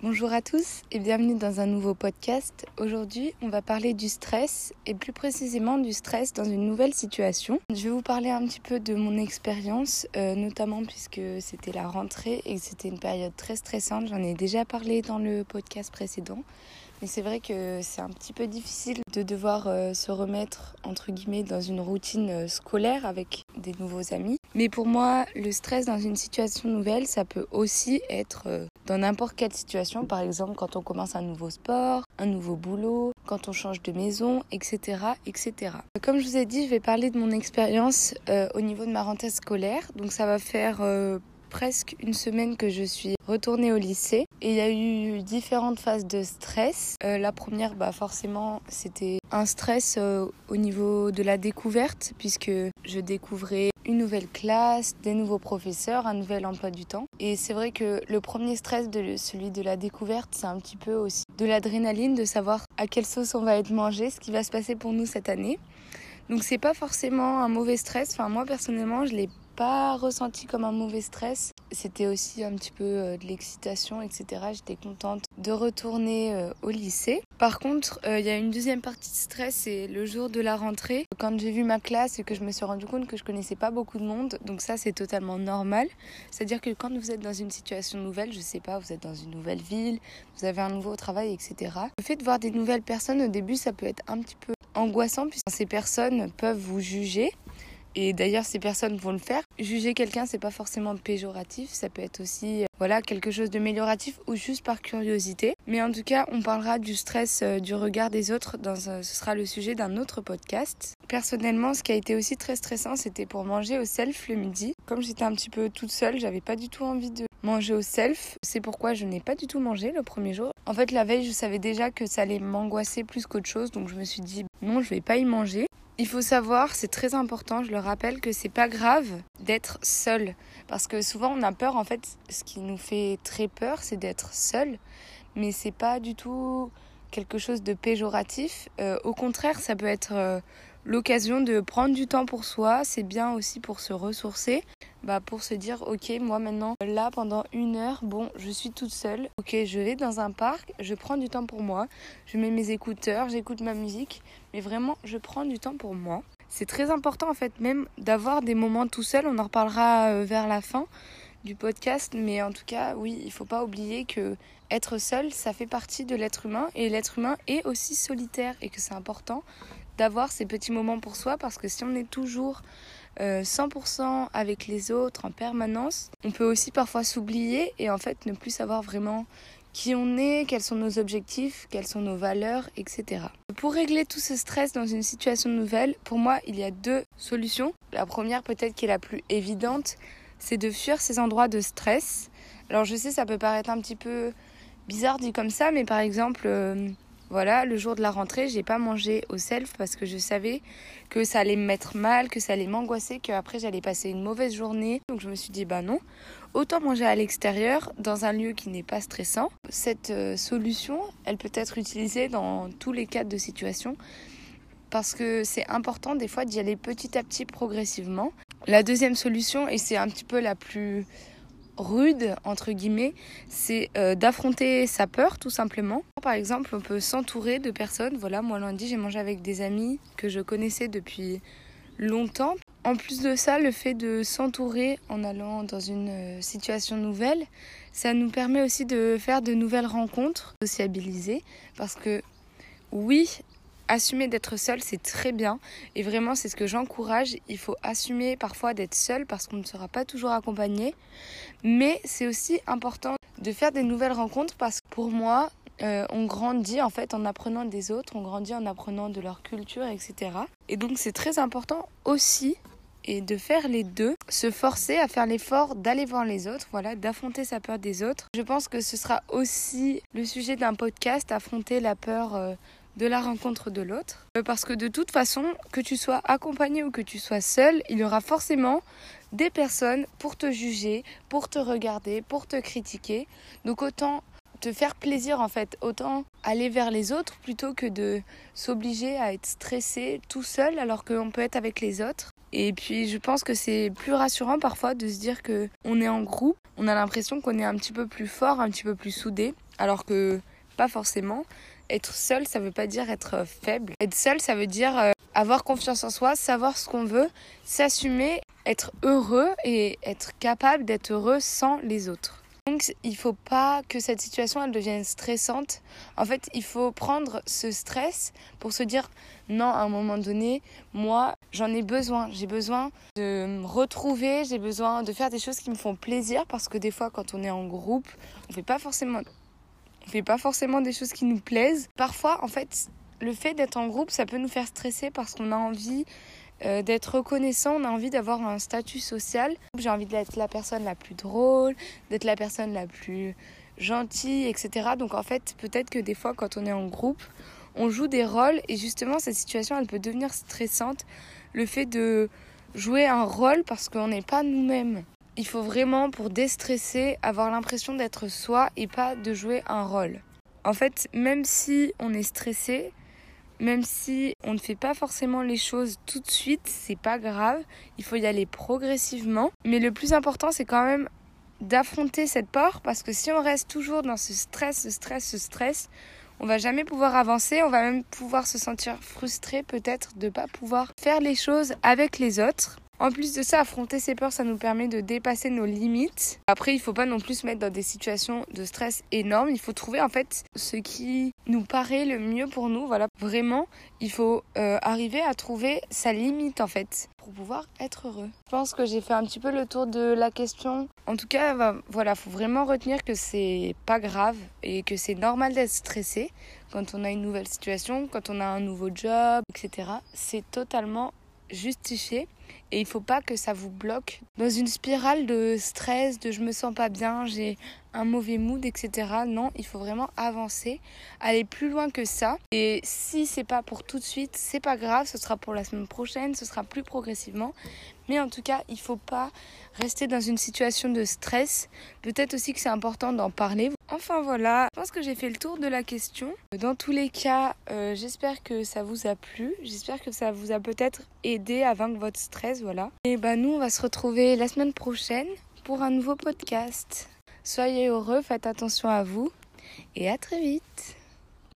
Bonjour à tous et bienvenue dans un nouveau podcast. Aujourd'hui, on va parler du stress et plus précisément du stress dans une nouvelle situation. Je vais vous parler un petit peu de mon expérience, notamment puisque c'était la rentrée et que c'était une période très stressante. J'en ai déjà parlé dans le podcast précédent. Mais c'est vrai que c'est un petit peu difficile de devoir se remettre, entre guillemets, dans une routine scolaire avec des nouveaux amis. Mais pour moi, le stress dans une situation nouvelle, ça peut aussi être dans n'importe quelle situation. Par exemple, quand on commence un nouveau sport, un nouveau boulot, quand on change de maison, etc., etc. Comme je vous ai dit, je vais parler de mon expérience au niveau de ma rentrée scolaire. Donc ça va faire presque une semaine que je suis retournée au lycée et il y a eu différentes phases de stress. La première, forcément, c'était un stress au niveau de la découverte puisque je découvrais une nouvelle classe, des nouveaux professeurs, un nouvel emploi du temps. Et c'est vrai que le premier stress, celui de la découverte, c'est un petit peu aussi de l'adrénaline, de savoir à quelle sauce on va être mangé, ce qui va se passer pour nous cette année. Donc c'est pas forcément un mauvais stress. Enfin, moi personnellement, je l'ai pas ressenti comme un mauvais stress. C'était aussi un petit peu de l'excitation, etc. J'étais contente de retourner au lycée. Par contre, il y a une deuxième partie de stress, c'est le jour de la rentrée. Quand j'ai vu ma classe et que je me suis rendu compte que je connaissais pas beaucoup de monde, donc ça c'est totalement normal. C'est-à-dire que quand vous êtes dans une situation nouvelle, je sais pas, vous êtes dans une nouvelle ville, vous avez un nouveau travail, etc. Le fait de voir des nouvelles personnes au début, ça peut être un petit peu angoissant puisque ces personnes peuvent vous juger. Et d'ailleurs, ces personnes vont le faire. Juger quelqu'un, c'est pas forcément péjoratif. Ça peut être aussi quelque chose de mélioratif ou juste par curiosité. Mais en tout cas, on parlera du stress du regard des autres. Ce sera le sujet d'un autre podcast. Personnellement, ce qui a été aussi très stressant, c'était pour manger au self le midi. Comme j'étais un petit peu toute seule, j'avais pas du tout envie de manger au self. C'est pourquoi je n'ai pas du tout mangé le premier jour. En fait, la veille, je savais déjà que ça allait m'angoisser plus qu'autre chose. Donc je me suis dit, non, je vais pas y manger. Il faut savoir, c'est très important, je le rappelle, que c'est pas grave d'être seul. Parce que souvent on a peur, en fait, ce qui nous fait très peur, c'est d'être seul. Mais c'est pas du tout quelque chose de péjoratif. Au contraire, ça peut être l'occasion de prendre du temps pour soi. C'est bien aussi pour se ressourcer. Pour se dire, ok, moi maintenant, là, pendant 1 heure, je suis toute seule. Ok, je vais dans un parc, je prends du temps pour moi. Je mets mes écouteurs, j'écoute ma musique. Mais vraiment, je prends du temps pour moi. C'est très important, en fait, même d'avoir des moments tout seul. On en reparlera vers la fin du podcast. Mais en tout cas, oui, il faut pas oublier que être seul, ça fait partie de l'être humain. Et l'être humain est aussi solitaire. Et que c'est important d'avoir ces petits moments pour soi. Parce que si on est toujours 100% avec les autres en permanence, on peut aussi parfois s'oublier et en fait ne plus savoir vraiment qui on est, quels sont nos objectifs, quelles sont nos valeurs, etc. Pour régler tout ce stress dans une situation nouvelle, pour moi, il y a 2 solutions. La première, peut-être qui est la plus évidente, c'est de fuir ces endroits de stress. Alors je sais, ça peut paraître un petit peu bizarre dit comme ça, mais par exemple, le jour de la rentrée, j'ai pas mangé au self parce que je savais que ça allait me mettre mal, que ça allait m'angoisser, qu'après j'allais passer une mauvaise journée. Donc je me suis dit, non, autant manger à l'extérieur, dans un lieu qui n'est pas stressant. Cette solution, elle peut être utilisée dans tous les cas de situation parce que c'est important des fois d'y aller petit à petit, progressivement. La deuxième solution, et c'est un petit peu la plus rude, entre guillemets, c'est d'affronter sa peur, tout simplement. Par exemple, on peut s'entourer de personnes. Voilà, moi lundi, j'ai mangé avec des amis que je connaissais depuis longtemps. En plus de ça, le fait de s'entourer en allant dans une situation nouvelle, ça nous permet aussi de faire de nouvelles rencontres, sociabiliser, parce que oui, assumer d'être seul, c'est très bien. Et vraiment, c'est ce que j'encourage. Il faut assumer parfois d'être seul parce qu'on ne sera pas toujours accompagné. Mais c'est aussi important de faire des nouvelles rencontres parce que pour moi, on grandit en fait en apprenant des autres, on grandit en apprenant de leur culture, etc. Et donc, c'est très important aussi et de faire les 2, se forcer à faire l'effort d'aller voir les autres, d'affronter sa peur des autres. Je pense que ce sera aussi le sujet d'un podcast, affronter la peur de la rencontre de l'autre. Parce que de toute façon, que tu sois accompagné ou que tu sois seul, il y aura forcément des personnes pour te juger, pour te regarder, pour te critiquer. Donc autant te faire plaisir en fait, autant aller vers les autres plutôt que de s'obliger à être stressé tout seul alors qu'on peut être avec les autres. Et puis je pense que c'est plus rassurant parfois de se dire qu'on est en groupe, on a l'impression qu'on est un petit peu plus fort, un petit peu plus soudé. alors que pas forcément. Être seul, ça veut pas dire être faible. Être seul, ça veut dire avoir confiance en soi, savoir ce qu'on veut, s'assumer, être heureux et être capable d'être heureux sans les autres. Donc, il faut pas que cette situation elle devienne stressante. En fait, il faut prendre ce stress pour se dire non, à un moment donné, moi, j'en ai besoin. J'ai besoin de me retrouver, j'ai besoin de faire des choses qui me font plaisir parce que des fois, quand on est en groupe, on fait pas forcément des choses qui nous plaisent. Parfois, en fait, le fait d'être en groupe, ça peut nous faire stresser parce qu'on a envie d'être reconnaissant, on a envie d'avoir un statut social. J'ai envie d'être la personne la plus drôle, d'être la personne la plus gentille, etc. Donc en fait, peut-être que des fois, quand on est en groupe, on joue des rôles et justement, cette situation, elle peut devenir stressante. Le fait de jouer un rôle parce qu'on n'est pas nous-mêmes. Il faut vraiment, pour déstresser, avoir l'impression d'être soi et pas de jouer un rôle. En fait, même si on est stressé, même si on ne fait pas forcément les choses tout de suite, c'est pas grave. Il faut y aller progressivement. Mais le plus important, c'est quand même d'affronter cette peur parce que si on reste toujours dans ce stress, on va jamais pouvoir avancer. On va même pouvoir se sentir frustré peut-être de pas pouvoir faire les choses avec les autres. En plus de ça, affronter ces peurs, ça nous permet de dépasser nos limites. Après, il ne faut pas non plus se mettre dans des situations de stress énormes. Il faut trouver en fait ce qui nous paraît le mieux pour nous. Voilà, vraiment, il faut arriver à trouver sa limite en fait pour pouvoir être heureux. Je pense que j'ai fait un petit peu le tour de la question. En tout cas, voilà, faut vraiment retenir que c'est pas grave et que c'est normal d'être stressé quand on a une nouvelle situation, quand on a un nouveau job, etc. C'est totalement justifié. Et il ne faut pas que ça vous bloque dans une spirale de stress, de je me sens pas bien, j'ai un mauvais mood, etc. Non, il faut vraiment avancer, aller plus loin que ça. Et si c'est pas pour tout de suite, c'est pas grave, ce sera pour la semaine prochaine, ce sera plus progressivement. Mais en tout cas, il faut pas rester dans une situation de stress. Peut-être aussi que c'est important d'en parler. Enfin voilà, je pense que j'ai fait le tour de la question. Dans tous les cas, j'espère que ça vous a plu. J'espère que ça vous a peut-être aidé à vaincre votre stress, voilà. Et nous, on va se retrouver la semaine prochaine pour un nouveau podcast. Soyez heureux, faites attention à vous et à très vite.